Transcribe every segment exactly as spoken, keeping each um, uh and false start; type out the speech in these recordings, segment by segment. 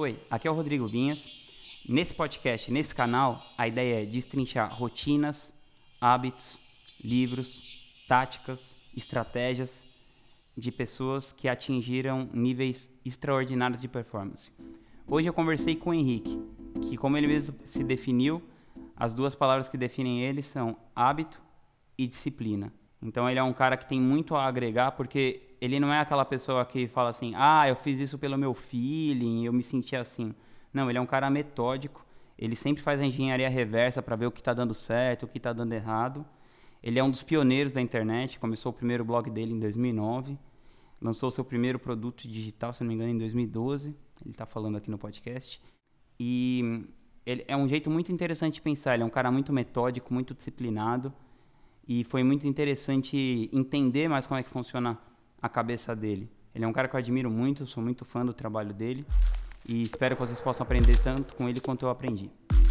Oi, aqui é o Rodrigo Vinhas. Nesse podcast, nesse canal, a ideia é destrinchar rotinas, hábitos, livros, táticas, estratégias de pessoas que atingiram níveis extraordinários de performance. Hoje eu conversei com o Henrique, que como ele mesmo se definiu, as duas palavras que definem ele são hábito e disciplina. Então ele é um cara que tem muito a agregar, porque ele não é aquela pessoa que fala assim, ah, eu fiz isso pelo meu feeling, eu me senti assim. Não, ele é um cara metódico, ele sempre faz a engenharia reversa para ver o que está dando certo, o que está dando errado. Ele é um dos pioneiros da internet, começou o primeiro blog dele em dois mil e nove, lançou seu primeiro produto digital, se não me engano, em dois mil e doze, ele está falando aqui no podcast. E ele é um jeito muito interessante de pensar, ele é um cara muito metódico, muito disciplinado, e foi muito interessante entender mais como é que funciona a cabeça dele. Ele é um cara que eu admiro muito, sou muito fã do trabalho dele e espero que vocês possam aprender tanto com ele quanto eu aprendi.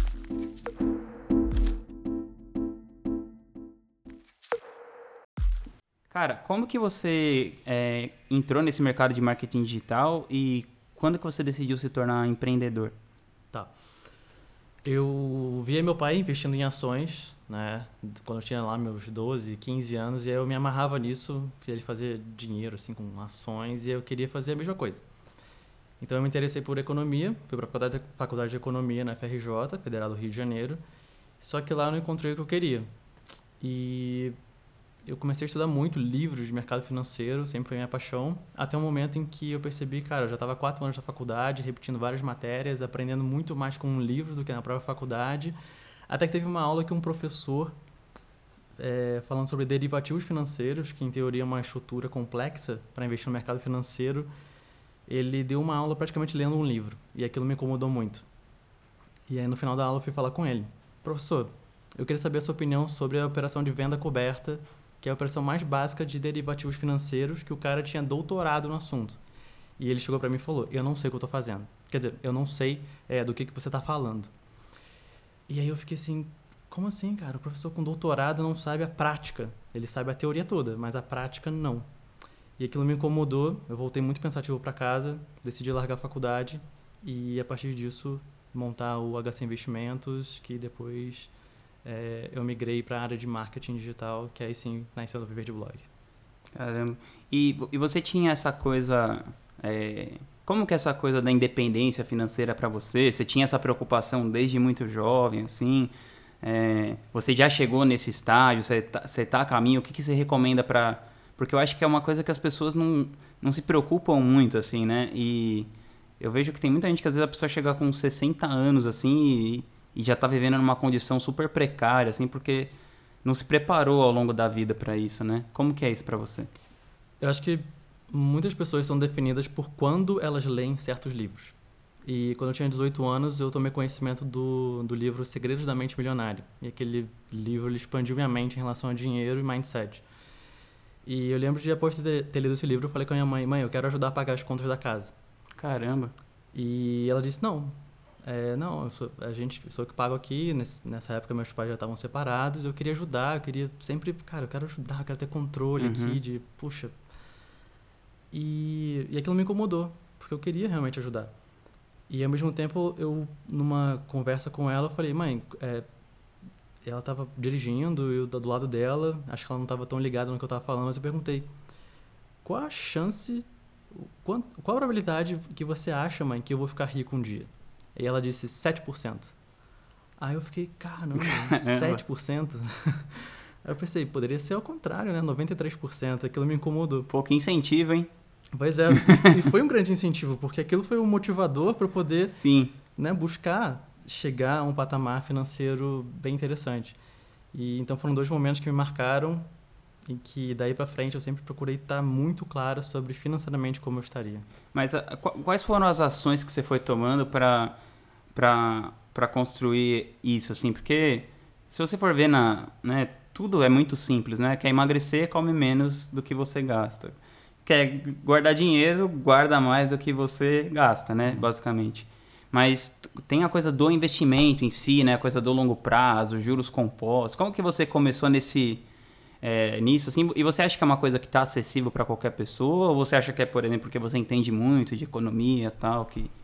Cara, como que você é, entrou nesse mercado de marketing digital e quando que você decidiu se tornar empreendedor? Tá. Eu via meu pai investindo em ações, né, quando eu tinha lá meus doze, quinze anos, e aí eu me amarrava nisso, que ele fazia dinheiro assim com ações, e eu queria fazer a mesma coisa. Então eu me interessei por economia, fui para a faculdade, faculdade de economia na F R J, Federal do Rio de Janeiro, só que lá eu não encontrei o que eu queria. E eu comecei a estudar muito livros de mercado financeiro, sempre foi minha paixão, até o momento em que eu percebi, cara, eu já estava há quatro anos na faculdade, repetindo várias matérias, aprendendo muito mais com livros do que na própria faculdade, até que teve uma aula que um professor, é, falando sobre derivativos financeiros, que em teoria é uma estrutura complexa para investir no mercado financeiro, ele deu uma aula praticamente lendo um livro, e aquilo me incomodou muito. E aí no final da aula eu fui falar com ele, professor, eu queria saber a sua opinião sobre a operação de venda coberta, que é a operação mais básica de derivativos financeiros, que o cara tinha doutorado no assunto. E ele chegou para mim e falou, eu não sei o que eu estou fazendo. Quer dizer, eu não sei é, do que, que você está falando. E aí eu fiquei assim, como assim, cara? O professor com doutorado não sabe a prática. Ele sabe a teoria toda, mas a prática não. E aquilo me incomodou, eu voltei muito pensativo para casa, decidi largar a faculdade e, a partir disso, montar o H C Investimentos, que depois... É, eu migrei para a área de marketing digital, que aí sim nasceu do Viver de Blog. Caramba. E, e você tinha essa coisa... É, como que é essa coisa da independência financeira para você? Você tinha essa preocupação desde muito jovem, assim? É, você já chegou nesse estágio? Você tá, você tá a caminho? O que, que você recomenda para... Porque eu acho que é uma coisa que as pessoas não, não se preocupam muito, assim, né? E eu vejo que tem muita gente que às vezes a pessoa chega com sessenta anos, assim, e... e já está vivendo numa condição super precária, assim, porque não se preparou ao longo da vida para isso, né? Como que é isso para você? Eu acho que muitas pessoas são definidas por quando elas leem certos livros. E quando eu tinha dezoito anos, eu tomei conhecimento do, do livro Segredos da Mente Milionária. E aquele livro ele expandiu minha mente em relação a dinheiro e mindset. E eu lembro de, após ter, ter lido esse livro, eu falei com a minha mãe, mãe, eu quero ajudar a pagar as contas da casa. Caramba! E ela disse, não... É, não, eu sou, a gente, eu sou que pago aqui, nesse, nessa época meus pais já estavam separados, eu queria ajudar, eu queria sempre, cara, eu quero ajudar, eu quero ter controle uhum. aqui de, puxa. E, e aquilo me incomodou, porque eu queria realmente ajudar. E ao mesmo tempo, eu, numa conversa com ela, eu falei, mãe, é, ela estava dirigindo, eu do lado dela, acho que ela não estava tão ligada no que eu estava falando, mas eu perguntei, qual a chance, qual, qual a probabilidade que você acha, mãe, que eu vou ficar rico um dia? E ela disse sete por cento. Aí eu fiquei, caramba, sete por cento? Aí eu pensei, poderia ser ao contrário, né? noventa e três por cento. Aquilo me incomodou. Pô, que incentivo, hein? Pois é, e foi um grande incentivo, porque aquilo foi um motivador para eu poder Sim. Né, buscar chegar a um patamar financeiro bem interessante. E então foram dois momentos que me marcaram e que daí para frente eu sempre procurei estar muito claro sobre financeiramente como eu estaria. Mas a, quais foram as ações que você foi tomando para para construir isso, assim? Porque se você for ver, na, né, tudo é muito simples, né? Quer emagrecer, come menos do que você gasta. Quer guardar dinheiro, guarda mais do que você gasta, né? Basicamente. Mas tem a coisa do investimento em si, né? A coisa do longo prazo, juros compostos. Como que você começou nesse... É, nisso, assim, e você acha que é uma coisa que está acessível para qualquer pessoa, ou você acha que é, por exemplo, porque você entende muito de economia e tal, que...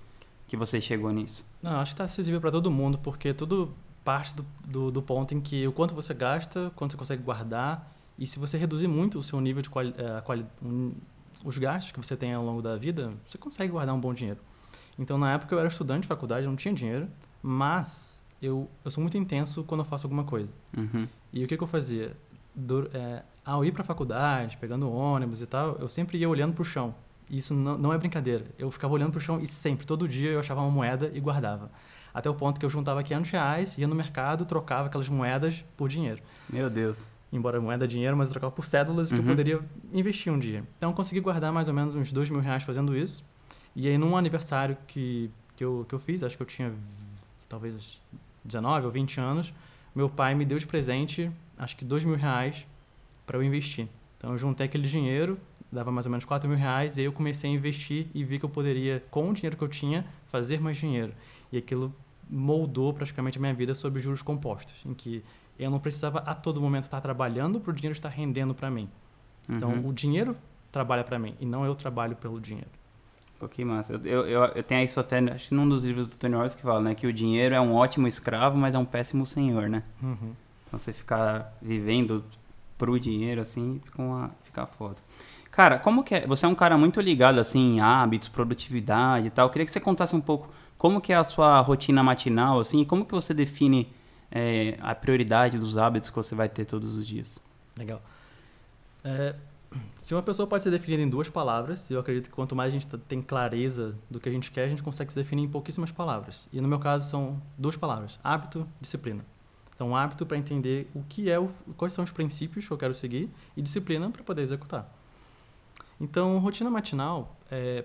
que você chegou nisso? Não, acho que está acessível para todo mundo, porque tudo parte do, do, do ponto em que o quanto você gasta, quanto você consegue guardar, e se você reduzir muito o seu nível de quali, uh, quali, um, os gastos que você tem ao longo da vida, você consegue guardar um bom dinheiro. Então, na época, eu era estudante de faculdade, eu não tinha dinheiro, mas eu, eu sou muito intenso quando eu faço alguma coisa. Uhum. E o que, que eu fazia? Do, é, ao ir para a faculdade, pegando ônibus e tal, eu sempre ia olhando para o chão. E isso não, não é brincadeira. Eu ficava olhando para o chão e sempre, todo dia, eu achava uma moeda e guardava. Até o ponto que eu juntava quinhentos reais, ia no mercado, trocava aquelas moedas por dinheiro. Meu Deus. Embora moeda é dinheiro, mas eu trocava por cédulas que uhum. eu poderia investir um dia. Então, eu consegui guardar mais ou menos uns dois mil reais fazendo isso. E aí, num aniversário que, que, eu, que eu fiz, acho que eu tinha talvez dezenove ou vinte anos, meu pai me deu de presente, acho que dois mil reais para eu investir. Então, eu juntei aquele dinheiro, dava mais ou menos quatro mil reais, e aí eu comecei a investir e vi que eu poderia, com o dinheiro que eu tinha, fazer mais dinheiro. E aquilo moldou praticamente a minha vida sobre juros compostos, em que eu não precisava a todo momento estar trabalhando para o dinheiro estar rendendo para mim. Uhum. Então, o dinheiro trabalha para mim e não eu trabalho pelo dinheiro. Pô, que massa. Eu, eu, eu, eu tenho isso até, acho que num dos livros do Tony Robbins que fala, né, que o dinheiro é um ótimo escravo, mas é um péssimo senhor, né? Uhum. Então, você ficar vivendo pro dinheiro, assim, fica, uma, fica foda. Cara, como que é? Você é um cara muito ligado, assim, em hábitos, produtividade e tal. Eu queria que você contasse um pouco como que é a sua rotina matinal, assim, e como que você define é, a prioridade dos hábitos que você vai ter todos os dias. Legal. É, se uma pessoa pode ser definida em duas palavras, eu acredito que quanto mais a gente tem clareza do que a gente quer, a gente consegue se definir em pouquíssimas palavras. E no meu caso são duas palavras, hábito, disciplina. Então, hábito para entender o que é, o, quais são os princípios que eu quero seguir e disciplina para poder executar. Então, rotina matinal, é,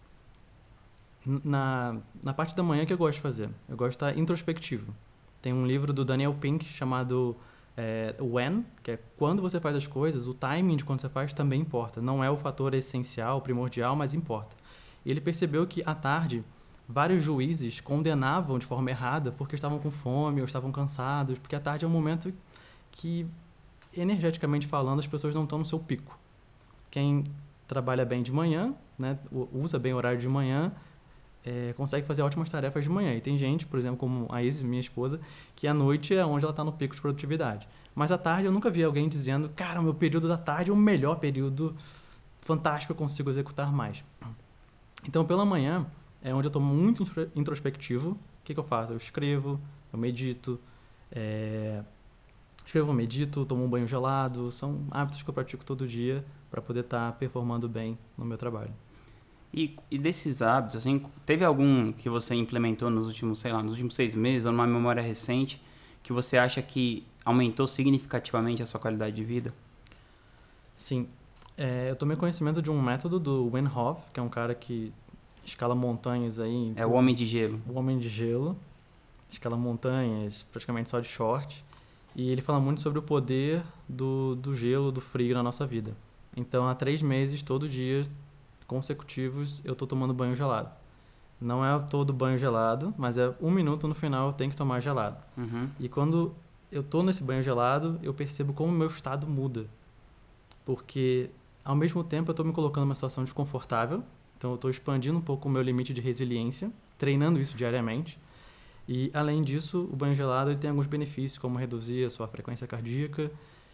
na, na parte da manhã que eu gosto de fazer, eu gosto de estar introspectivo. Tem um livro do Daniel Pink chamado é, When, que é quando você faz as coisas, o timing de quando você faz também importa. Não é o fator essencial, primordial, mas importa. E ele percebeu que, à tarde, vários juízes condenavam de forma errada porque estavam com fome ou estavam cansados, porque à tarde é um momento que, energeticamente falando, as pessoas não estão no seu pico. Quem trabalha bem de manhã, né, usa bem o horário de manhã, é, consegue fazer ótimas tarefas de manhã. E tem gente, por exemplo, como a Isis, minha esposa, que à noite é onde ela está no pico de produtividade. Mas à tarde eu nunca vi alguém dizendo, cara, o meu período da tarde é o melhor período, fantástico, eu consigo executar mais. Então, pela manhã, é onde eu estou muito introspectivo. O que, que eu faço? Eu escrevo, eu medito, é... escrevo, medito, tomo um banho gelado. São hábitos que eu pratico todo dia para poder estar tá performando bem no meu trabalho. E, e desses hábitos, assim, teve algum que você implementou nos últimos, sei lá, nos últimos seis meses, ou numa memória recente, que você acha que aumentou significativamente a sua qualidade de vida? Sim. É, eu tomei conhecimento de um método do Wim Hof, que é um cara que escala montanhas aí. É o Homem de Gelo. O Homem de Gelo. Escala montanhas, praticamente só de short. E ele fala muito sobre o poder do, do gelo, do frio na nossa vida. Então, há três meses, todo dia, consecutivos, eu estou tomando banho gelado. Não é todo banho gelado, mas é um minuto no final eu tenho que tomar gelado. Uhum. E quando eu estou nesse banho gelado, eu percebo como o meu estado muda. Porque, ao mesmo tempo, eu estou me colocando numa situação desconfortável. Então, eu estou expandindo um pouco o meu limite de resiliência, treinando isso diariamente. E, além disso, o banho gelado ele tem alguns benefícios, como reduzir a sua frequência cardíaca.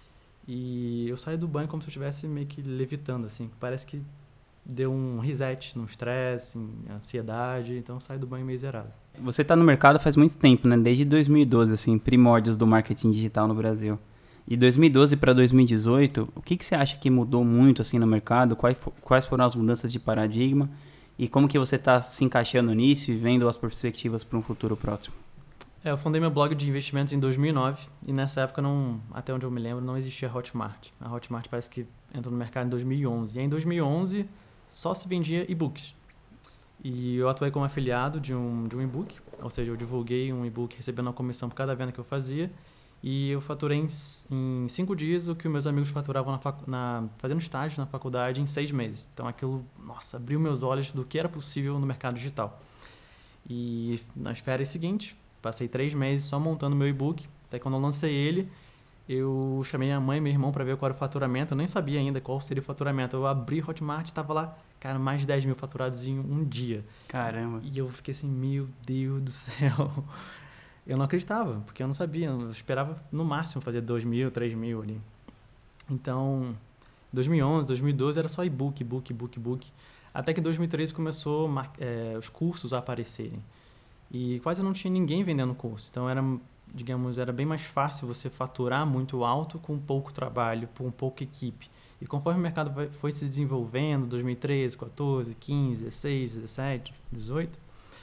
E eu saio do banho como se eu estivesse meio que levitando, assim. Parece que deu um reset no estresse, em ansiedade. Então, eu saio do banho meio zerado. Você está no mercado faz muito tempo, né? Desde dois mil e doze, assim, primórdios do marketing digital no Brasil. De dois mil e doze para dois mil e dezoito, o que, que você acha que mudou muito, assim, no mercado? Quais, quais foram as mudanças de paradigma? E como que você está se encaixando nisso e vendo as perspectivas para um futuro próximo? É, eu fundei meu blog de investimentos em dois mil e nove e nessa época, não, até onde eu me lembro, não existia a Hotmart. A Hotmart parece que entrou no mercado em dois mil e onze. E aí, em dois mil e onze só se vendia e-books. E eu atuei como afiliado de um, de um e-book, ou seja, eu divulguei um e-book recebendo uma comissão por cada venda que eu fazia e eu faturei em, em cinco dias o que os meus amigos faturavam na, facu- na, fazendo estágio na faculdade em seis meses. Então aquilo, nossa, abriu meus olhos do que era possível no mercado digital. E nas férias seguintes, passei três meses só montando meu e-book, até quando eu lancei ele, eu chamei minha mãe e meu irmão para ver qual era o faturamento. Eu nem sabia ainda qual seria o faturamento. Eu abri Hotmart e estava lá Cara, mais de dez mil faturados em um dia. Caramba. E eu fiquei assim, meu Deus do céu. Eu não acreditava, porque eu não sabia. Eu esperava no máximo fazer dois mil, três mil ali. Então, dois mil e onze, dois mil e doze era só e-book, e-book, e-book, e-book. Até que em dois mil e treze começou é, os cursos a aparecerem. E quase não tinha ninguém vendendo curso. Então, era, digamos, era bem mais fácil você faturar muito alto com pouco trabalho, com pouca equipe. E conforme o mercado foi se desenvolvendo, dois mil e treze, quatorze, quinze, dezesseis, dezessete, dezoito,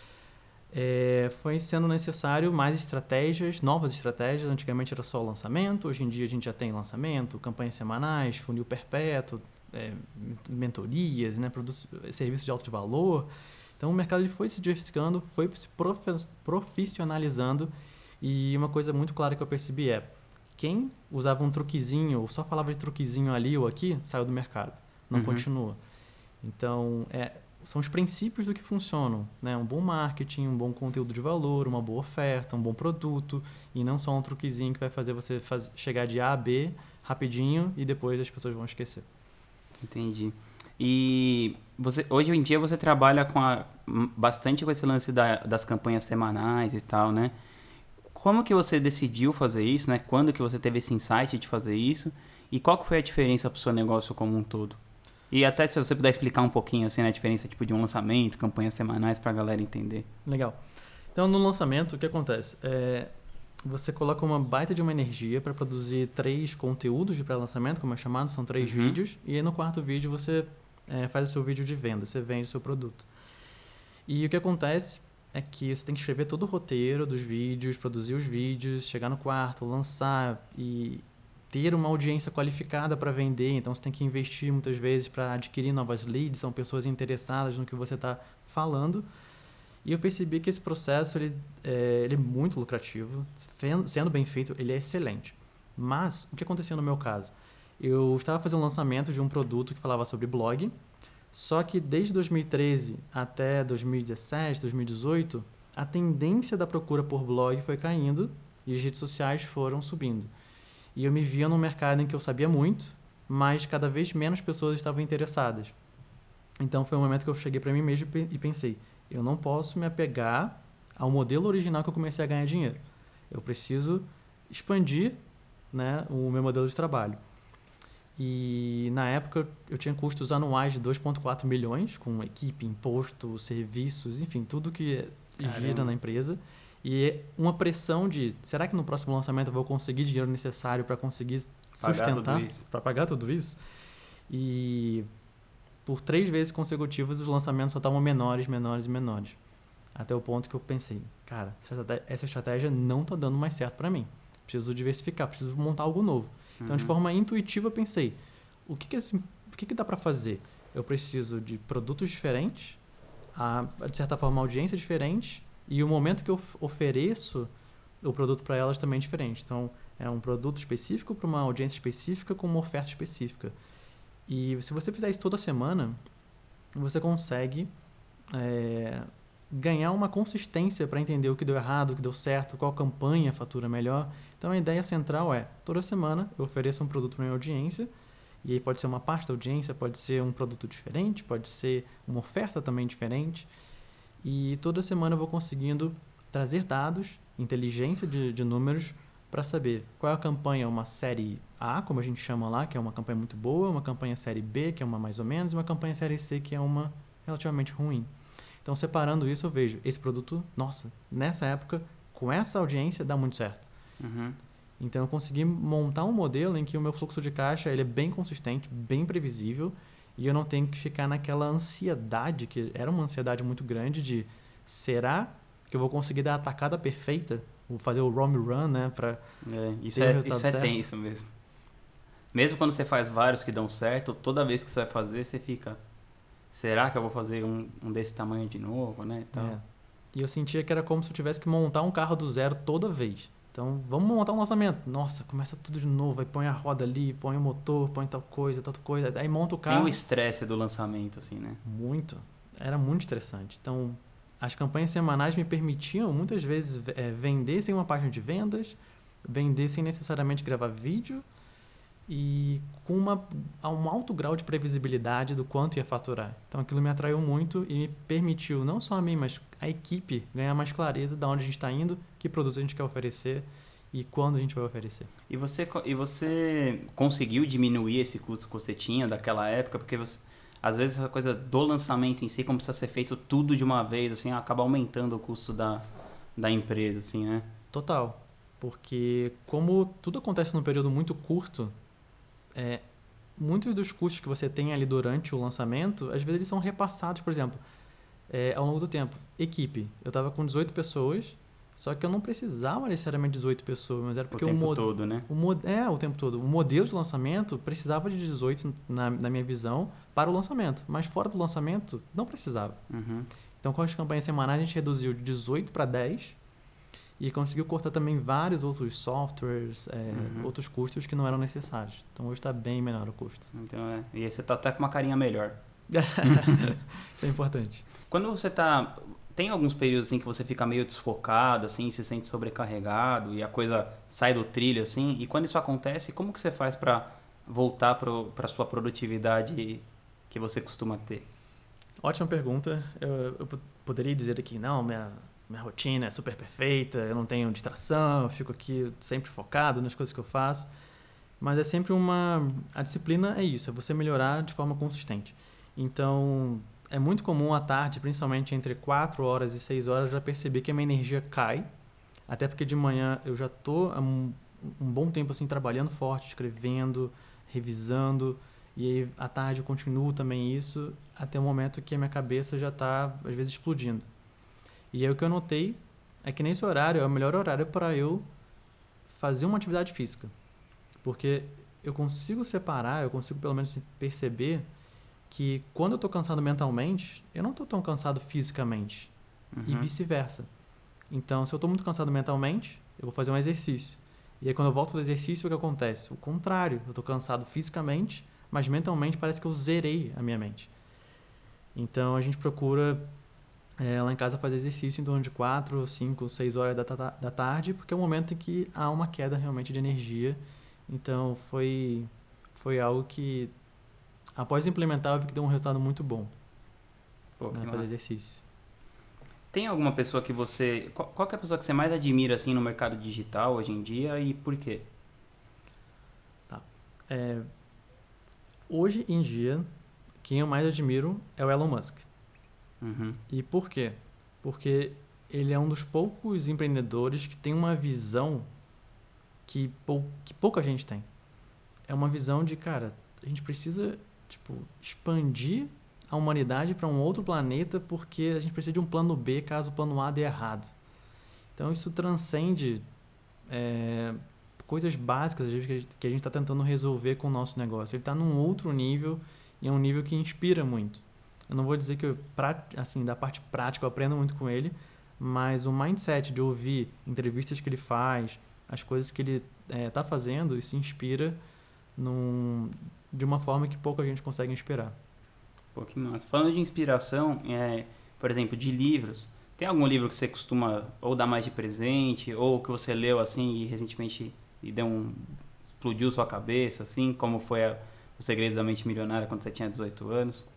é, foi sendo necessário mais estratégias, novas estratégias. Antigamente era só lançamento, hoje em dia a gente já tem lançamento, campanhas semanais, funil perpétuo, é, mentorias, né, produtos, serviços de alto valor. Então o mercado ele foi se diversificando, foi se profissionalizando, e uma coisa muito clara que eu percebi é: quem usava um truquezinho, ou só falava de truquezinho ali ou aqui, saiu do mercado, não Uhum. continua. Então, é, são os princípios do que funcionam, né? Um bom marketing, um bom conteúdo de valor, uma boa oferta, um bom produto, e não só um truquezinho que vai fazer você faz, chegar de A a B rapidinho e depois as pessoas vão esquecer. Entendi. E você, hoje em dia você trabalha com a, bastante com esse lance da, das campanhas semanais e tal, né? Como que você decidiu fazer isso, né? Quando que você teve esse insight de fazer isso? E qual que foi a diferença para o seu negócio como um todo? E até se você puder explicar um pouquinho assim, a diferença tipo, de um lançamento, campanhas semanais, para a galera entender. Legal. Então, no lançamento, o que acontece? É, você coloca uma baita de uma energia para produzir três conteúdos de pré-lançamento, como é chamado, são três Uhum. vídeos, e aí no quarto vídeo você é, faz o seu vídeo de venda, você vende o seu produto. E o que acontece é que você tem que escrever todo o roteiro dos vídeos, produzir os vídeos, chegar no quarto, lançar e ter uma audiência qualificada para vender. Então, você tem que investir muitas vezes para adquirir novas leads, são pessoas interessadas no que você está falando. E eu percebi que esse processo ele, é, ele é muito lucrativo, sendo bem feito, ele é excelente. Mas, o que aconteceu no meu caso? Eu estava fazendo um lançamento de um produto que falava sobre blog, só que desde dois mil e treze até dois mil e dezessete, dois mil e dezoito, a tendência da procura por blog foi caindo e as redes sociais foram subindo. E eu me via num mercado em que eu sabia muito, mas cada vez menos pessoas estavam interessadas. Então foi um momento que eu cheguei para mim mesmo e pensei: eu não posso me apegar ao modelo original que eu comecei a ganhar dinheiro. Eu preciso expandir, né, o meu modelo de trabalho. E na época eu tinha custos anuais de dois vírgula quatro milhões, com equipe, imposto, serviços, enfim, tudo que gira na empresa. E uma pressão de: será que no próximo lançamento eu vou conseguir dinheiro necessário para conseguir sustentar, para pagar tudo isso? E por três vezes consecutivas os lançamentos só estavam menores, menores e menores. Até o ponto que eu pensei: cara, essa estratégia não está dando mais certo para mim. Preciso diversificar, preciso montar algo novo. Então, uhum. de forma intuitiva, eu pensei: o que que, esse, o que que dá para fazer? Eu preciso de produtos diferentes, a, de certa forma, audiência diferente, e o momento que eu ofereço o produto para elas também é diferente. Então, é um produto específico para uma audiência específica com uma oferta específica. E se você fizer isso toda semana, você consegue é, ganhar uma consistência para entender o que deu errado, o que deu certo, qual campanha fatura melhor. Então, a ideia central é: toda semana eu ofereço um produto para minha audiência, e aí pode ser uma parte da audiência, pode ser um produto diferente, pode ser uma oferta também diferente, e toda semana eu vou conseguindo trazer dados, inteligência de, de números, para saber qual é a campanha, uma série A, como a gente chama lá, que é uma campanha muito boa, uma campanha série B, que é uma mais ou menos, e uma campanha série C, que é uma relativamente ruim. Então, separando isso, eu vejo: esse produto, nossa, nessa época, com essa audiência, dá muito certo. Uhum. Então, eu consegui montar um modelo em que o meu fluxo de caixa ele é bem consistente, bem previsível, e eu não tenho que ficar naquela ansiedade, que era uma ansiedade muito grande de: será que eu vou conseguir dar a tacada perfeita? Vou fazer o home run, né? Pra é, isso ter é, o resultado isso é certo. tenso mesmo. Mesmo quando você faz vários que dão certo, toda vez que você vai fazer, você fica: será que eu vou fazer um, um desse tamanho de novo, né? E, tal. É. E eu sentia que era como se eu tivesse que montar um carro do zero toda vez. Então, vamos montar um lançamento. Nossa, começa tudo de novo. Aí põe a roda ali, põe o motor, põe tal coisa, tal coisa. Aí monta o carro. Tem o estresse do lançamento, assim, né? Muito. Era muito estressante. Então, as campanhas semanais me permitiam, muitas vezes, é, vender sem uma página de vendas, vender sem necessariamente gravar vídeo, e com uma, um alto grau de previsibilidade do quanto ia faturar. Então aquilo me atraiu muito e me permitiu, não só a mim, mas a equipe, ganhar mais clareza de onde a gente está indo, que produtos a gente quer oferecer e quando a gente vai oferecer. E você, e você conseguiu diminuir esse custo que você tinha daquela época? Porque você, às vezes essa coisa do lançamento em si, como precisa ser feito tudo de uma vez, assim, acaba aumentando o custo da, da empresa, assim, né? Total. Porque como tudo acontece num período muito curto, é, muitos dos custos que você tem ali durante o lançamento, às vezes eles são repassados, por exemplo, é, ao longo do tempo. Equipe. Eu estava com dezoito pessoas, só que eu não precisava necessariamente de dezoito pessoas, mas era porque o tempo o mod... todo, né? O mod... É, o tempo todo. O modelo de lançamento precisava de dezoito, na, na minha visão, para o lançamento. Mas fora do lançamento, não precisava. Uhum. Então, com as campanhas semanais, a gente reduziu de dezoito para dez e conseguiu cortar também vários outros softwares, é, Uhum. outros custos que não eram necessários. Então, hoje está bem menor o custo. Então, é. E aí você tá até com uma carinha melhor. Isso é importante. Quando você tá... Tem alguns períodos assim que você fica meio desfocado, assim, se sente sobrecarregado e a coisa sai do trilho, assim. E quando isso acontece, como que você faz para voltar para sua produtividade que você costuma ter? Ótima pergunta. Eu, eu poderia dizer aqui, não, minha, minha rotina é super perfeita, eu não tenho distração, eu fico aqui sempre focado nas coisas que eu faço. Mas é sempre uma... A disciplina é isso, é você melhorar de forma consistente. Então, é muito comum à tarde, principalmente entre quatro horas e seis horas, já perceber que a minha energia cai. Até porque de manhã eu já estou há um, um bom tempo assim, trabalhando forte, escrevendo, revisando. E aí à tarde eu continuo também isso, até o momento que a minha cabeça já está, às vezes, explodindo. E aí o que eu notei é que nesse horário é o melhor horário para eu fazer uma atividade física. Porque eu consigo separar, eu consigo pelo menos perceber que quando eu estou cansado mentalmente, eu não estou tão cansado fisicamente. Uhum. E vice-versa. Então, se eu estou muito cansado mentalmente, eu vou fazer um exercício. E aí, quando eu volto do exercício, o que acontece? O contrário. Eu estou cansado fisicamente, mas mentalmente parece que eu zerei a minha mente. Então, a gente procura, é, lá em casa, fazer exercício em torno de quatro, cinco, seis horas da, da tarde, porque é o momento em que há uma queda realmente de energia. Então, foi, foi algo que, após implementar, eu vi que deu um resultado muito bom. Pô, que Né, fazer massa. exercício. Tem alguma pessoa que você... Qual, qual que é a pessoa que você mais admira, assim, no mercado digital hoje em dia e por quê? Tá. É, hoje em dia, quem eu mais admiro é o Elon Musk. Uhum. E por quê? Porque ele é um dos poucos empreendedores que tem uma visão que, pou, que pouca gente tem. É uma visão de, cara, a gente precisa, tipo, expandir a humanidade para um outro planeta porque a gente precisa de um plano B caso o plano A dê errado. Então isso transcende é, coisas básicas que a gente está tentando resolver com o nosso negócio. Ele está num outro nível e é um nível que inspira muito. Eu não vou dizer que eu, assim, da parte prática eu aprendo muito com ele, mas o mindset de ouvir entrevistas que ele faz, as coisas que ele está é, fazendo, isso inspira num, de uma forma que pouca gente consegue inspirar. Pô, que massa. Falando de inspiração, é, por exemplo, de livros, tem algum livro que você costuma ou dar mais de presente, ou que você leu assim e recentemente e deu um, explodiu sua cabeça, assim, como foi a, O Segredo da Mente Milionária quando você tinha dezoito anos?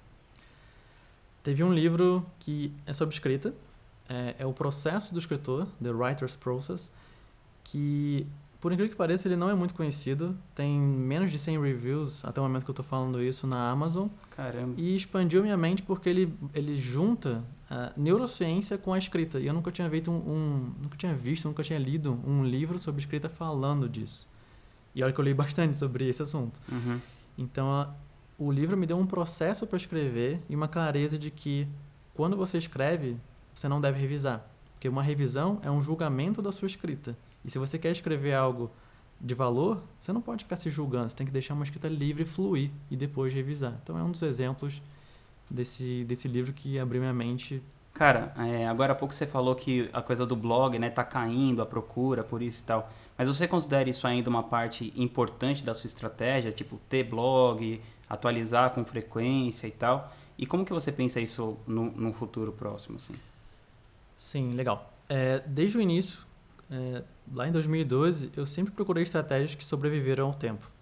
Teve um livro que é sobre escrita, é, é o processo do escritor, The Writer's Process, que, por incrível que pareça, ele não é muito conhecido, tem menos de cem reviews até o momento que eu estou falando isso na Amazon. Caramba. E expandiu minha mente porque ele, ele junta a neurociência com a escrita. E eu nunca tinha visto um, um, nunca tinha visto, nunca tinha lido um livro sobre escrita falando disso. E olha que eu li bastante sobre esse assunto. Uhum. Então, a, o livro me deu um processo para escrever e uma clareza de que quando você escreve, você não deve revisar. Porque uma revisão é um julgamento da sua escrita. E se você quer escrever algo de valor, você não pode ficar se julgando. Você tem que deixar uma escrita livre fluir e depois revisar. Então, é um dos exemplos desse, desse livro que abriu minha mente. Cara, é, agora há pouco você falou que a coisa do blog, né, tá caindo, a procura, por isso e tal. Mas você considera isso ainda uma parte importante da sua estratégia? Tipo, ter blog, atualizar com frequência e tal? E como que você pensa isso no, no futuro próximo, assim? Sim, legal. É, desde o início, é, lá em dois mil e doze, eu sempre procurei estratégias que sobreviveram ao tempo.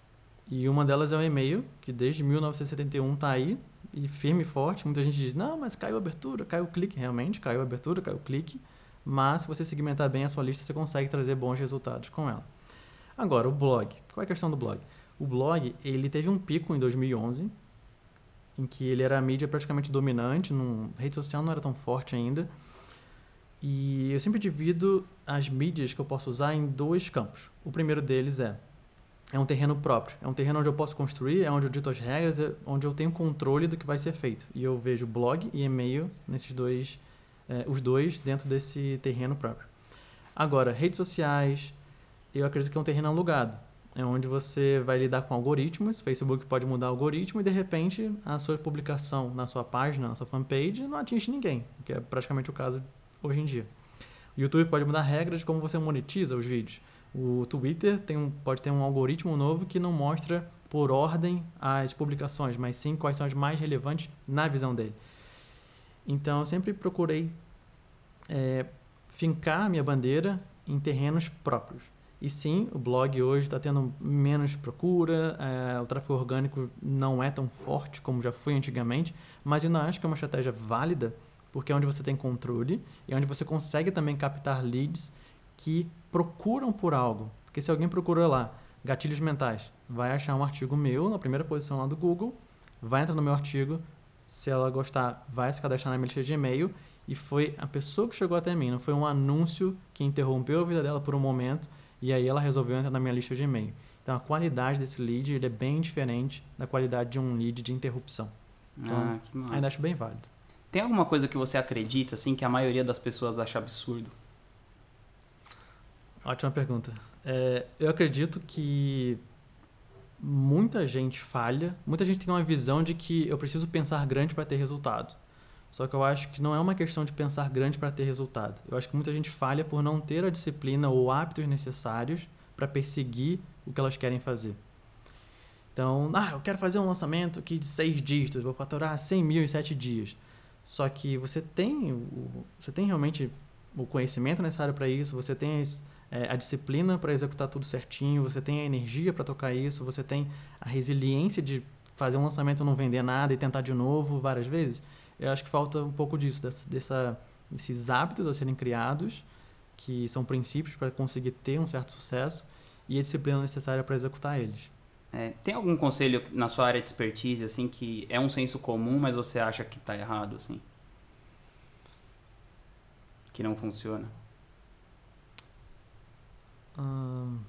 E uma delas é o e-mail, que desde mil novecentos e setenta e um está aí, e firme e forte. Muita gente diz, não, mas caiu a abertura, caiu o clique. Realmente, caiu a abertura, caiu o clique. Mas se você segmentar bem a sua lista, você consegue trazer bons resultados com ela. Agora, o blog. Qual é a questão do blog? O blog, ele teve um pico em dois mil e onze, em que ele era a mídia praticamente dominante, num, a rede social não era tão forte ainda. E eu sempre divido as mídias que eu posso usar em dois campos. O primeiro deles é é um terreno próprio, é um terreno onde eu posso construir, é onde eu dito as regras, é onde eu tenho controle do que vai ser feito. E eu vejo blog e e-mail nesses dois, é, os dois dentro desse terreno próprio. Agora, redes sociais, eu acredito que é um terreno alugado. É onde você vai lidar com algoritmos, Facebook pode mudar o algoritmo e de repente a sua publicação na sua página, na sua fanpage, não atinge ninguém, que é praticamente o caso hoje em dia. O YouTube pode mudar regras de como você monetiza os vídeos. O Twitter tem um, pode ter um algoritmo novo que não mostra por ordem as publicações, mas sim quais são as mais relevantes na visão dele. Então, eu sempre procurei é, fincar a minha bandeira em terrenos próprios. E sim, o blog hoje está tendo menos procura, é, o tráfego orgânico não é tão forte como já foi antigamente, mas eu não acho que é uma estratégia válida, porque é onde você tem controle e é onde você consegue também captar leads que procuram por algo. Porque se alguém procura lá gatilhos mentais, vai achar um artigo meu na primeira posição lá do Google, vai entrar no meu artigo, se ela gostar, vai se cadastrar na minha lista de e-mail, e foi a pessoa que chegou até mim, não foi um anúncio que interrompeu a vida dela por um momento e aí ela resolveu entrar na minha lista de e-mail. Então a qualidade desse lead ele é bem diferente da qualidade de um lead de interrupção. Então, ah, que massa. Ainda acho bem válido. Tem alguma coisa que você acredita, assim, que a maioria das pessoas acha absurdo? Ótima pergunta. É, eu acredito que muita gente falha, muita gente tem uma visão de que eu preciso pensar grande para ter resultado. Só que eu acho que não é uma questão de pensar grande para ter resultado. Eu acho que muita gente falha por não ter a disciplina ou hábitos necessários para perseguir o que elas querem fazer. Então, ah, eu quero fazer um lançamento aqui de seis dígitos, vou faturar cem mil em sete dias. Só que você tem, o, você tem realmente o conhecimento necessário para isso, você tem é, a disciplina para executar tudo certinho, você tem a energia para tocar isso, você tem a resiliência de fazer um lançamento e não vender nada e tentar de novo várias vezes. Eu acho que falta um pouco disso, dessa, dessa, desses hábitos a serem criados, que são princípios para conseguir ter um certo sucesso, e a disciplina necessária para executar eles. É, tem algum conselho na sua área de expertise, assim, que é um senso comum, mas você acha que está errado, assim? Que não funciona? Hum...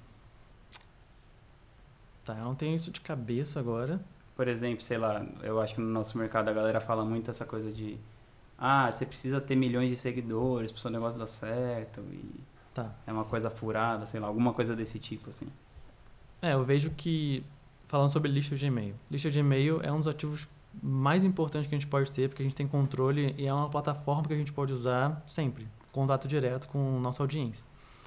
Tá, eu não tenho isso de cabeça agora. Por exemplo, sei lá, eu acho que no nosso mercado a galera fala muito essa coisa de ah, você precisa ter milhões de seguidores para o seu negócio dar certo e tá. É uma coisa furada, sei lá, alguma coisa desse tipo, assim. É, eu vejo que, falando sobre lista de e-mail, lista de e-mail é um dos ativos mais importantes que a gente pode ter, porque a gente tem controle e é uma plataforma que a gente pode usar sempre, contato direto com nossa audiência.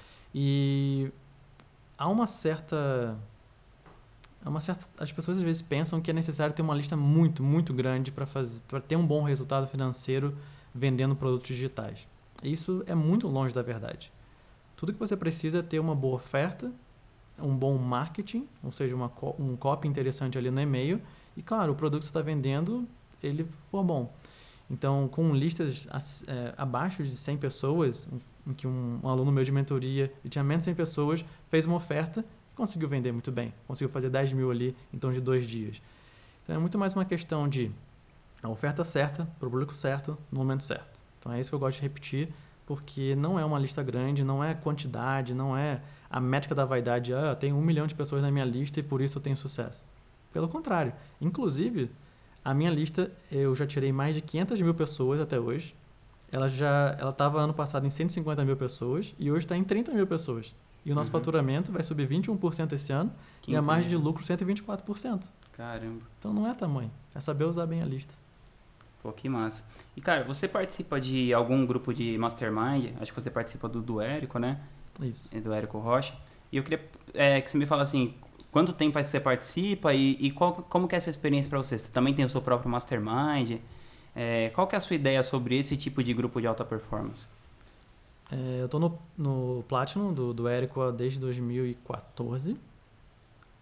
E há uma certa... Uma certa, as pessoas às vezes pensam que é necessário ter uma lista muito, muito grande para ter um bom resultado financeiro vendendo produtos digitais. Isso é muito longe da verdade. Tudo que você precisa é ter uma boa oferta, um bom marketing, ou seja, uma, um copy interessante ali no e-mail, e claro, o produto que você está vendendo, ele for bom. Então, com listas é, abaixo de cem pessoas, em que um, um aluno meu de mentoria, ele tinha menos de cem pessoas, fez uma oferta, conseguiu vender muito bem, conseguiu fazer dez mil ali em torno de dois dias. Então é muito mais uma questão de a oferta certa, para o público certo, no momento certo. Então é isso que eu gosto de repetir, porque não é uma lista grande, não é quantidade, não é a métrica da vaidade, ah, eu tenho um milhão de pessoas na minha lista e por isso eu tenho sucesso. Pelo contrário, inclusive, a minha lista, eu já tirei mais de quinhentas mil pessoas até hoje, ela já ela estava ano passado em cento e cinquenta mil pessoas e hoje está em trinta mil pessoas. E o nosso uhum. faturamento vai subir vinte e um por cento esse ano que e a margem de lucro cento e vinte e quatro por cento. Caramba. Então não é tamanho, é saber usar bem a lista. Pô, que massa. E cara, você participa de algum grupo de mastermind? Acho que você participa do, do Érico, né? Isso. Do Érico Rocha. E eu queria é, que você me falasse assim, quanto tempo você participa e, e qual, como que é essa experiência para você? Você também tem o seu próprio mastermind? É, qual que é a sua ideia sobre esse tipo de grupo de alta performance? É, eu estou no, no Platinum do, do Érico desde dois mil e quatorze,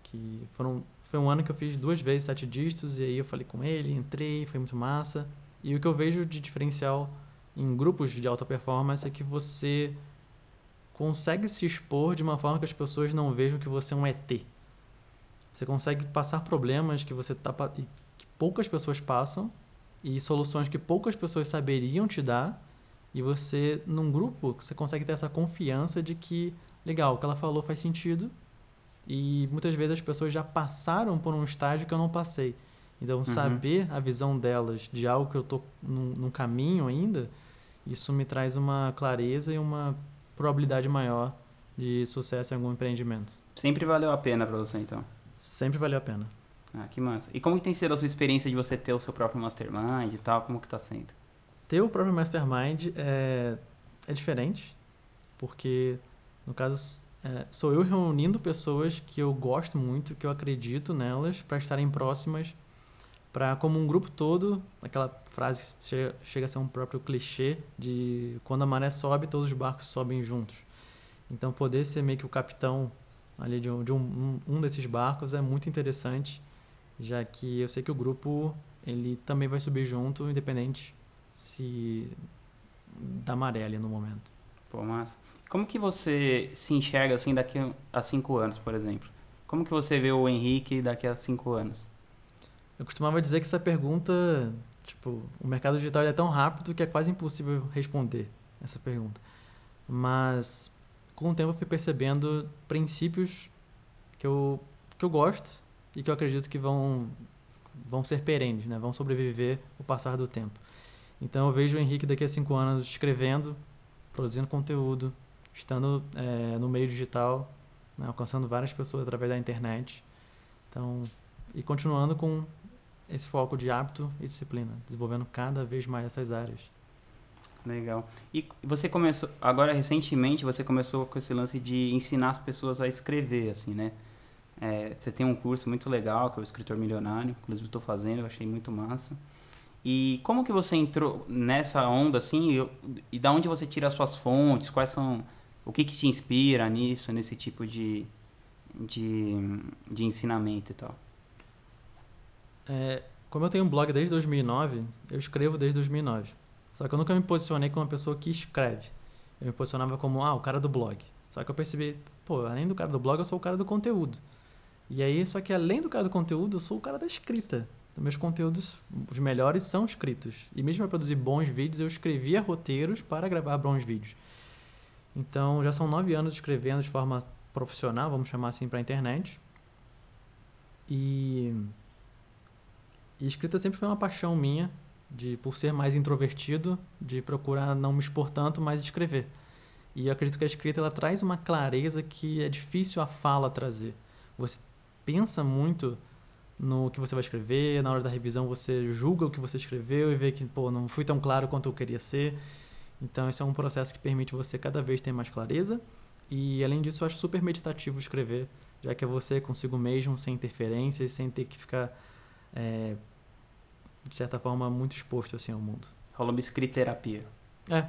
que foram, foi um ano que eu fiz duas vezes sete dígitos, e aí eu falei com ele, entrei, foi muito massa. E o que eu vejo de diferencial em grupos de alta performance é que você consegue se expor de uma forma que as pessoas não vejam que você é um E T. Você consegue passar problemas que você tá, que poucas pessoas passam e soluções que poucas pessoas saberiam te dar, e você, num grupo, você consegue ter essa confiança de que, legal, o que ela falou faz sentido, e muitas vezes as pessoas já passaram por um estágio que eu não passei. Então, uhum. saber a visão delas de algo que eu estou num, num caminho ainda, isso me traz uma clareza e uma probabilidade maior de sucesso em algum empreendimento. Sempre valeu a pena para você, então? Sempre valeu a pena. Ah, que massa. E como que tem sido a sua experiência de você ter o seu próprio mastermind e tal? Como que tá sendo? Ter o próprio mastermind é, é diferente, porque, no caso, é, sou eu reunindo pessoas que eu gosto muito, que eu acredito nelas, para estarem próximas, para, como um grupo todo, aquela frase que chega, chega a ser um próprio clichê de quando a maré sobe, todos os barcos sobem juntos. Então, poder ser meio que o capitão ali de um, de um, um, um desses barcos é muito interessante, já que eu sei que o grupo ele também vai subir junto, independente se da maré ali no momento. Pô, massa. Como que você se enxerga assim daqui a cinco anos, por exemplo? Como que você vê o Henrique daqui a cinco anos? Eu costumava dizer que essa pergunta, tipo, o mercado digital é tão rápido que é quase impossível responder essa pergunta. Mas com o tempo eu fui percebendo princípios que eu, que eu gosto e que eu acredito que vão, vão ser perenes, né? Vão sobreviver ao passar do tempo. Então eu vejo o Henrique daqui a cinco anos escrevendo, produzindo conteúdo, estando é, no meio digital, né? Alcançando várias pessoas através da internet. Então, e continuando com esse foco de hábito e disciplina, desenvolvendo cada vez mais essas áreas. Legal. E você começou, agora recentemente, você começou com esse lance de ensinar as pessoas a escrever, assim, né? É, você tem um curso muito legal, que é o Escritor Milionário, inclusive estou fazendo, eu achei muito massa. E como que você entrou nessa onda, assim, e, e da onde você tira as suas fontes, quais são, o que que te inspira nisso, nesse tipo de, de, de ensinamento e tal? É, como eu tenho um blog desde dois mil e nove, eu escrevo desde dois mil e nove. Só que eu nunca me posicionei como uma pessoa que escreve. Eu me posicionava como, ah, o cara do blog. Só que eu percebi, pô, além do cara do blog, eu sou o cara do conteúdo. E aí, só que além do cara do conteúdo, eu sou o cara da escrita. Então, meus conteúdos, os melhores, são escritos. E mesmo para produzir bons vídeos, eu escrevia roteiros para gravar bons vídeos. Então, já são nove anos escrevendo de forma profissional, vamos chamar assim, para a internet. E... E escrita sempre foi uma paixão minha, de, por ser mais introvertido, de procurar não me expor tanto, mas escrever. E eu acredito que a escrita ela traz uma clareza que é difícil a fala trazer. Você pensa muito no que você vai escrever, na hora da revisão você julga o que você escreveu e vê que, pô, não fui tão claro quanto eu queria ser. Então, esse é um processo que permite você cada vez ter mais clareza. E, além disso, eu acho super meditativo escrever, já que é você consigo mesmo, sem interferências, sem ter que ficar... É, de certa forma, muito exposto assim, ao mundo. Rola uma escriterapia. É.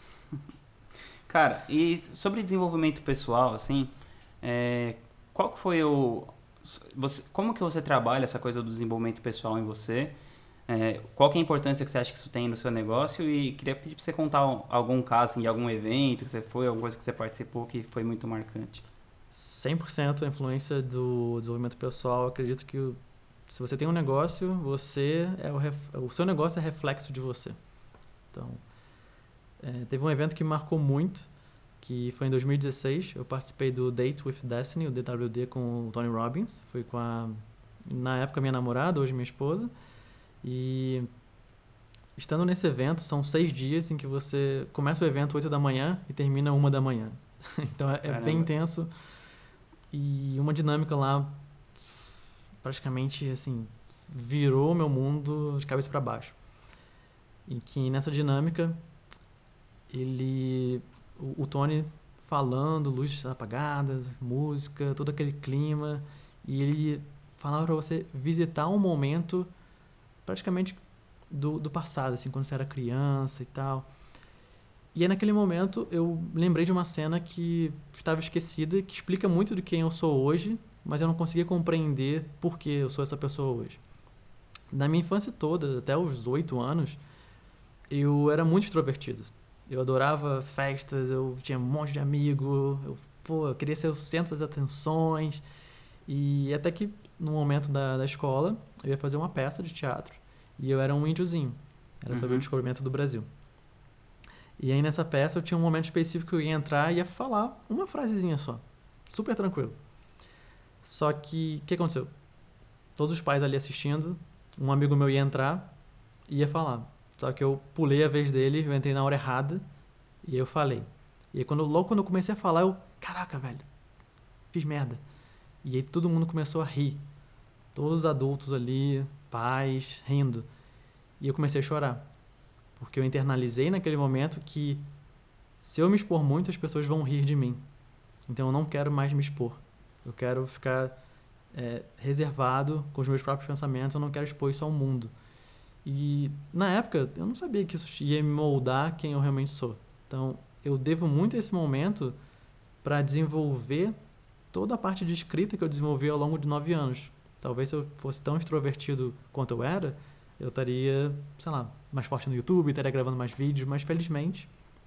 Cara, e sobre desenvolvimento pessoal, assim, é, qual que foi o... Você, como que você trabalha essa coisa do desenvolvimento pessoal em você? É, qual que é a importância que você acha que isso tem no seu negócio? E queria pedir pra você contar algum caso, assim, de algum evento que você foi, alguma coisa que você participou que foi muito marcante. cem por cento a influência do desenvolvimento pessoal. Eu acredito que o se você tem um negócio, você é o, ref... o seu negócio é reflexo de você. Então, é, teve um evento que me marcou muito, que foi em dois mil e dezesseis. Eu participei do Date with Destiny, o D W D, com o Tony Robbins. Fui com a, na época, minha namorada, hoje minha esposa. E estando nesse evento, são seis dias em que você começa o evento oito da manhã e termina uma da manhã. Então, é, é bem intenso. E uma dinâmica lá praticamente, assim, virou meu mundo de cabeça para baixo. E que nessa dinâmica, ele, o, o Tony falando, luzes apagadas, música, todo aquele clima, e ele falava para você visitar um momento praticamente do, do passado, assim, quando você era criança e tal. E aí, naquele momento, eu lembrei de uma cena que estava esquecida, que explica muito de quem eu sou hoje, mas eu não conseguia compreender por que eu sou essa pessoa hoje. Na minha infância toda, até os oito anos, eu era muito extrovertido. Eu adorava festas, eu tinha um monte de amigo, eu, pô, eu queria ser o centro das atenções. E até que, no momento da, da escola, eu ia fazer uma peça de teatro. E eu era um índiozinho. Era sobre Uhum. o descobrimento do Brasil. E aí, nessa peça, eu tinha um momento específico que eu ia entrar e ia falar uma frasezinha só. Super tranquilo. Só que, o que aconteceu? Todos os pais ali assistindo, um amigo meu ia entrar e ia falar. Só que eu pulei a vez dele, eu entrei na hora errada e eu falei. E aí, quando, logo quando eu comecei a falar, eu... Caraca, velho. Fiz merda. E aí todo mundo começou a rir. Todos os adultos ali, pais, rindo. E eu comecei a chorar. Porque eu internalizei naquele momento que se eu me expor muito, as pessoas vão rir de mim. Então eu não quero mais me expor. Eu quero ficar é, reservado com os meus próprios pensamentos, eu não quero expor isso ao mundo. E na época eu não sabia que isso ia me moldar quem eu realmente sou. Então eu devo muito a esse momento para desenvolver toda a parte de escrita que eu desenvolvi ao longo de nove anos. Talvez se eu fosse tão extrovertido quanto eu era, eu estaria, sei lá, mais forte no YouTube, estaria gravando mais vídeos, mas felizmente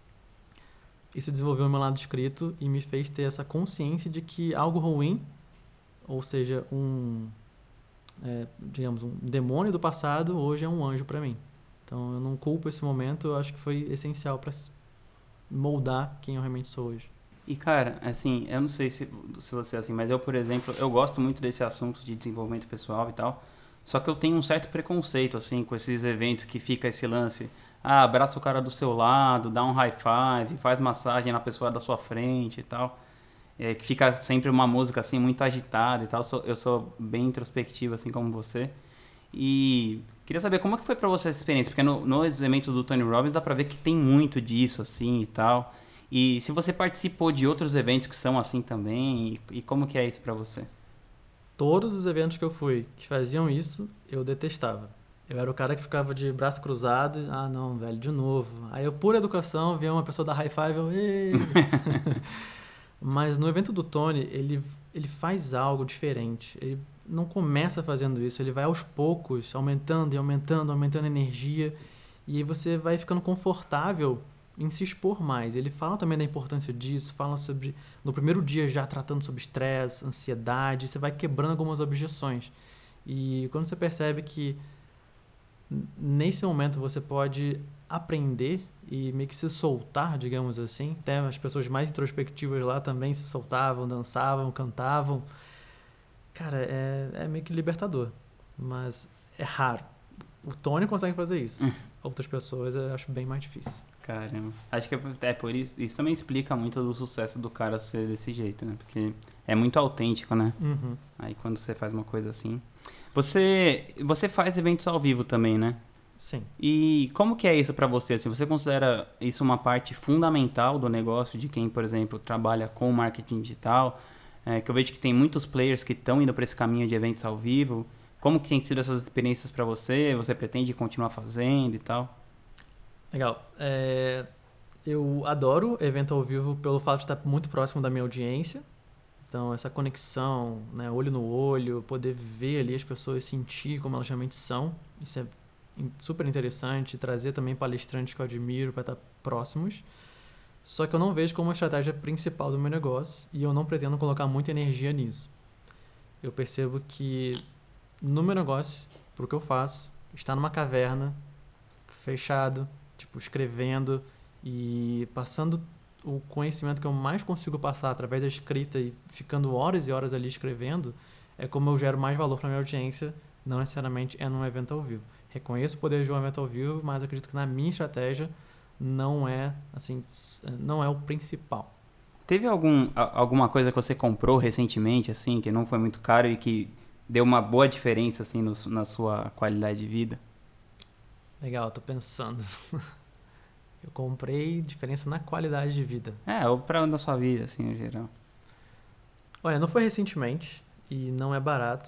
isso desenvolveu o meu lado escrito e me fez ter essa consciência de que algo ruim, ou seja, um, é, digamos, um demônio do passado, hoje é um anjo para mim. Então eu não culpo esse momento, eu acho que foi essencial para moldar quem eu realmente sou hoje. E, cara, assim, eu não sei se, se você é assim, mas eu, por exemplo, eu gosto muito desse assunto de desenvolvimento pessoal e tal, só que eu tenho um certo preconceito, assim, com esses eventos que fica esse lance, ah, abraça o cara do seu lado, dá um high five, faz massagem na pessoa da sua frente e tal, é, que fica sempre uma música, assim, muito agitada e tal, eu sou, eu sou bem introspectivo, assim, como você, e queria saber como é que foi pra você essa experiência, porque no, nos eventos do Tony Robbins dá pra ver que tem muito disso, assim, e tal. E se você participou de outros eventos que são assim também, e, e como que é isso pra você? Todos os eventos que eu fui que faziam isso, eu detestava. Eu era o cara que ficava de braço cruzado, ah não, velho, de novo. Aí eu, por educação, via uma pessoa dar high five, eu, ei! Mas no evento do Tony, ele, ele faz algo diferente. Ele não começa fazendo isso, ele vai aos poucos, aumentando e aumentando, aumentando a energia. E aí você vai ficando confortável em se expor mais. Ele fala também da importância disso, fala sobre, no primeiro dia já tratando sobre estresse, ansiedade, você vai quebrando algumas objeções. E quando você percebe que nesse momento você pode aprender e meio que se soltar, digamos assim, até as pessoas mais introspectivas lá também se soltavam, dançavam, cantavam. Cara, é, é meio que libertador, mas é raro. O Tony consegue fazer isso. Outras pessoas eu acho bem mais difícil. Caramba. Acho que é, é por isso. Isso também explica muito do sucesso do cara ser desse jeito, né? Porque é muito autêntico, né? Uhum. Aí quando você faz uma coisa assim. Você, você faz eventos ao vivo também, né? Sim. E como que é isso pra você? Assim, você considera isso uma parte fundamental do negócio de quem, por exemplo, trabalha com marketing digital? É, que eu vejo que tem muitos players que estão indo para esse caminho de eventos ao vivo. Como que tem sido essas experiências para você? Você pretende continuar fazendo e tal? Legal. É, eu adoro evento ao vivo pelo fato de estar muito próximo da minha audiência. Então, essa conexão, né, olho no olho, poder ver ali as pessoas, sentir como elas realmente são. Isso é super interessante. Trazer também palestrantes que eu admiro para estar próximos. Só que eu não vejo como a estratégia principal do meu negócio e eu não pretendo colocar muita energia nisso. Eu percebo que no meu negócio, pro que eu faço, estar numa caverna, fechado, tipo, escrevendo e passando o conhecimento que eu mais consigo passar através da escrita e ficando horas e horas ali escrevendo, é como eu gero mais valor para minha audiência, não necessariamente é num evento ao vivo. Reconheço o poder de um evento ao vivo, mas acredito que na minha estratégia não é, assim, não é o principal. Teve algum, alguma coisa que você comprou recentemente, assim, que não foi muito caro e que deu uma boa diferença, assim, no, na sua qualidade de vida? Legal, tô pensando. Eu comprei diferença na qualidade de vida. É, ou pra na sua vida, assim, no geral. Olha, não foi recentemente e não é barato,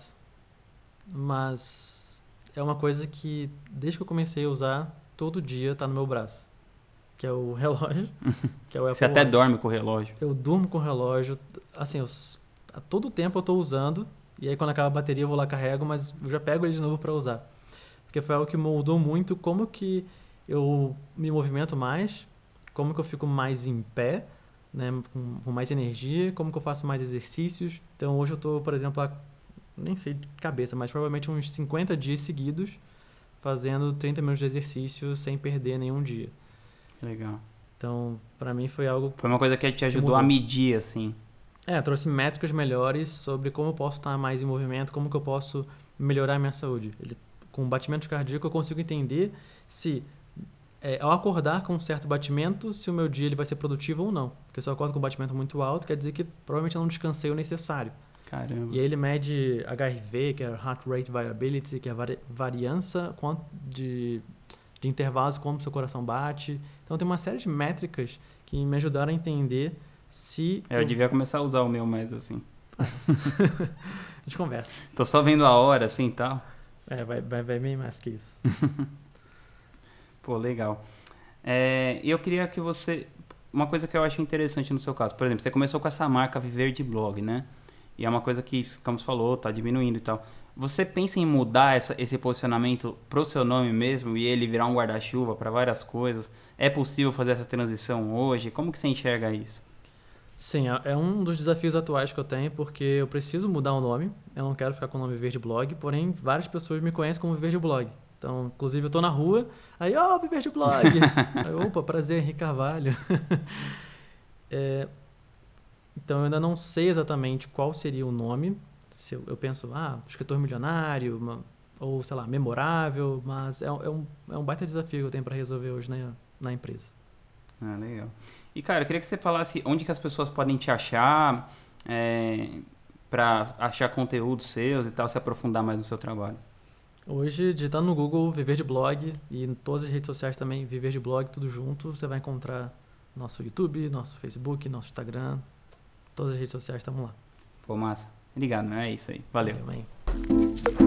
mas é uma coisa que desde que eu comecei a usar, todo dia tá no meu braço. Que é o relógio, que é o Apple Você até Watch. dorme com o relógio. Eu durmo com o relógio, assim, eu, a todo tempo eu estou usando, e aí quando acaba a bateria eu vou lá, carrego, mas eu já pego ele de novo para usar. Porque foi algo que moldou muito como que eu me movimento mais, como que eu fico mais em pé, né, com, com mais energia, como que eu faço mais exercícios. Então hoje eu estou, por exemplo, há, nem sei de cabeça, mas provavelmente uns cinquenta dias seguidos fazendo trinta minutos de exercício sem perder nenhum dia. Legal. Então, para mim foi algo... Foi uma coisa que te ajudou a medir, assim. É, trouxe métricas melhores sobre como eu posso estar mais em movimento, como que eu posso melhorar a minha saúde. Ele, com batimento cardíaco eu consigo entender se, é, ao acordar com um certo batimento, se o meu dia ele vai ser produtivo ou não. Porque se eu acordo com um batimento muito alto, quer dizer que provavelmente eu não descansei o necessário. Caramba. E aí ele mede H R V, que é Heart Rate Variability, que é a vari- variança de, de intervalos, como seu coração bate. Então tem uma série de métricas que me ajudaram a entender se... É, eu, eu devia começar a usar o meu mais assim. a gente conversa. Tô só vendo a hora, assim, e tal. É, vai, vai, vai bem mais que isso. Pô, legal. É, eu queria que você... Uma coisa que eu acho interessante no seu caso, por exemplo, você começou com essa marca Viver de Blog, né? E é uma coisa que, como você falou, tá diminuindo e tal. Você pensa em mudar essa, esse posicionamento pro seu nome mesmo e ele virar um guarda-chuva para várias coisas? É possível fazer essa transição hoje? Como que você enxerga isso? Sim, é um dos desafios atuais que eu tenho, porque eu preciso mudar o nome. Eu não quero ficar com o nome Viver de Blog, porém várias pessoas me conhecem como Viver de Blog. Então, inclusive, eu tô na rua, aí, ó, oh, Viver de Blog! Aí, opa, prazer, Henrique Carvalho. é, então, eu ainda não sei exatamente qual seria o nome. Se eu, eu penso, ah, escritor milionário, uma, ou, sei lá, memorável, mas é, é, um, é um baita desafio que eu tenho para resolver hoje na, na empresa. Ah, legal. E, cara, eu queria que você falasse onde que as pessoas podem te achar, é, para achar conteúdos seus e tal, se aprofundar mais no seu trabalho. Hoje, digitando no Google Viver de Blog e em todas as redes sociais também, Viver de Blog, tudo junto, você vai encontrar nosso YouTube, nosso Facebook, nosso Instagram, todas as redes sociais estamos lá. Pô, massa. Obrigado, é isso aí. Valeu. Valeu, mãe.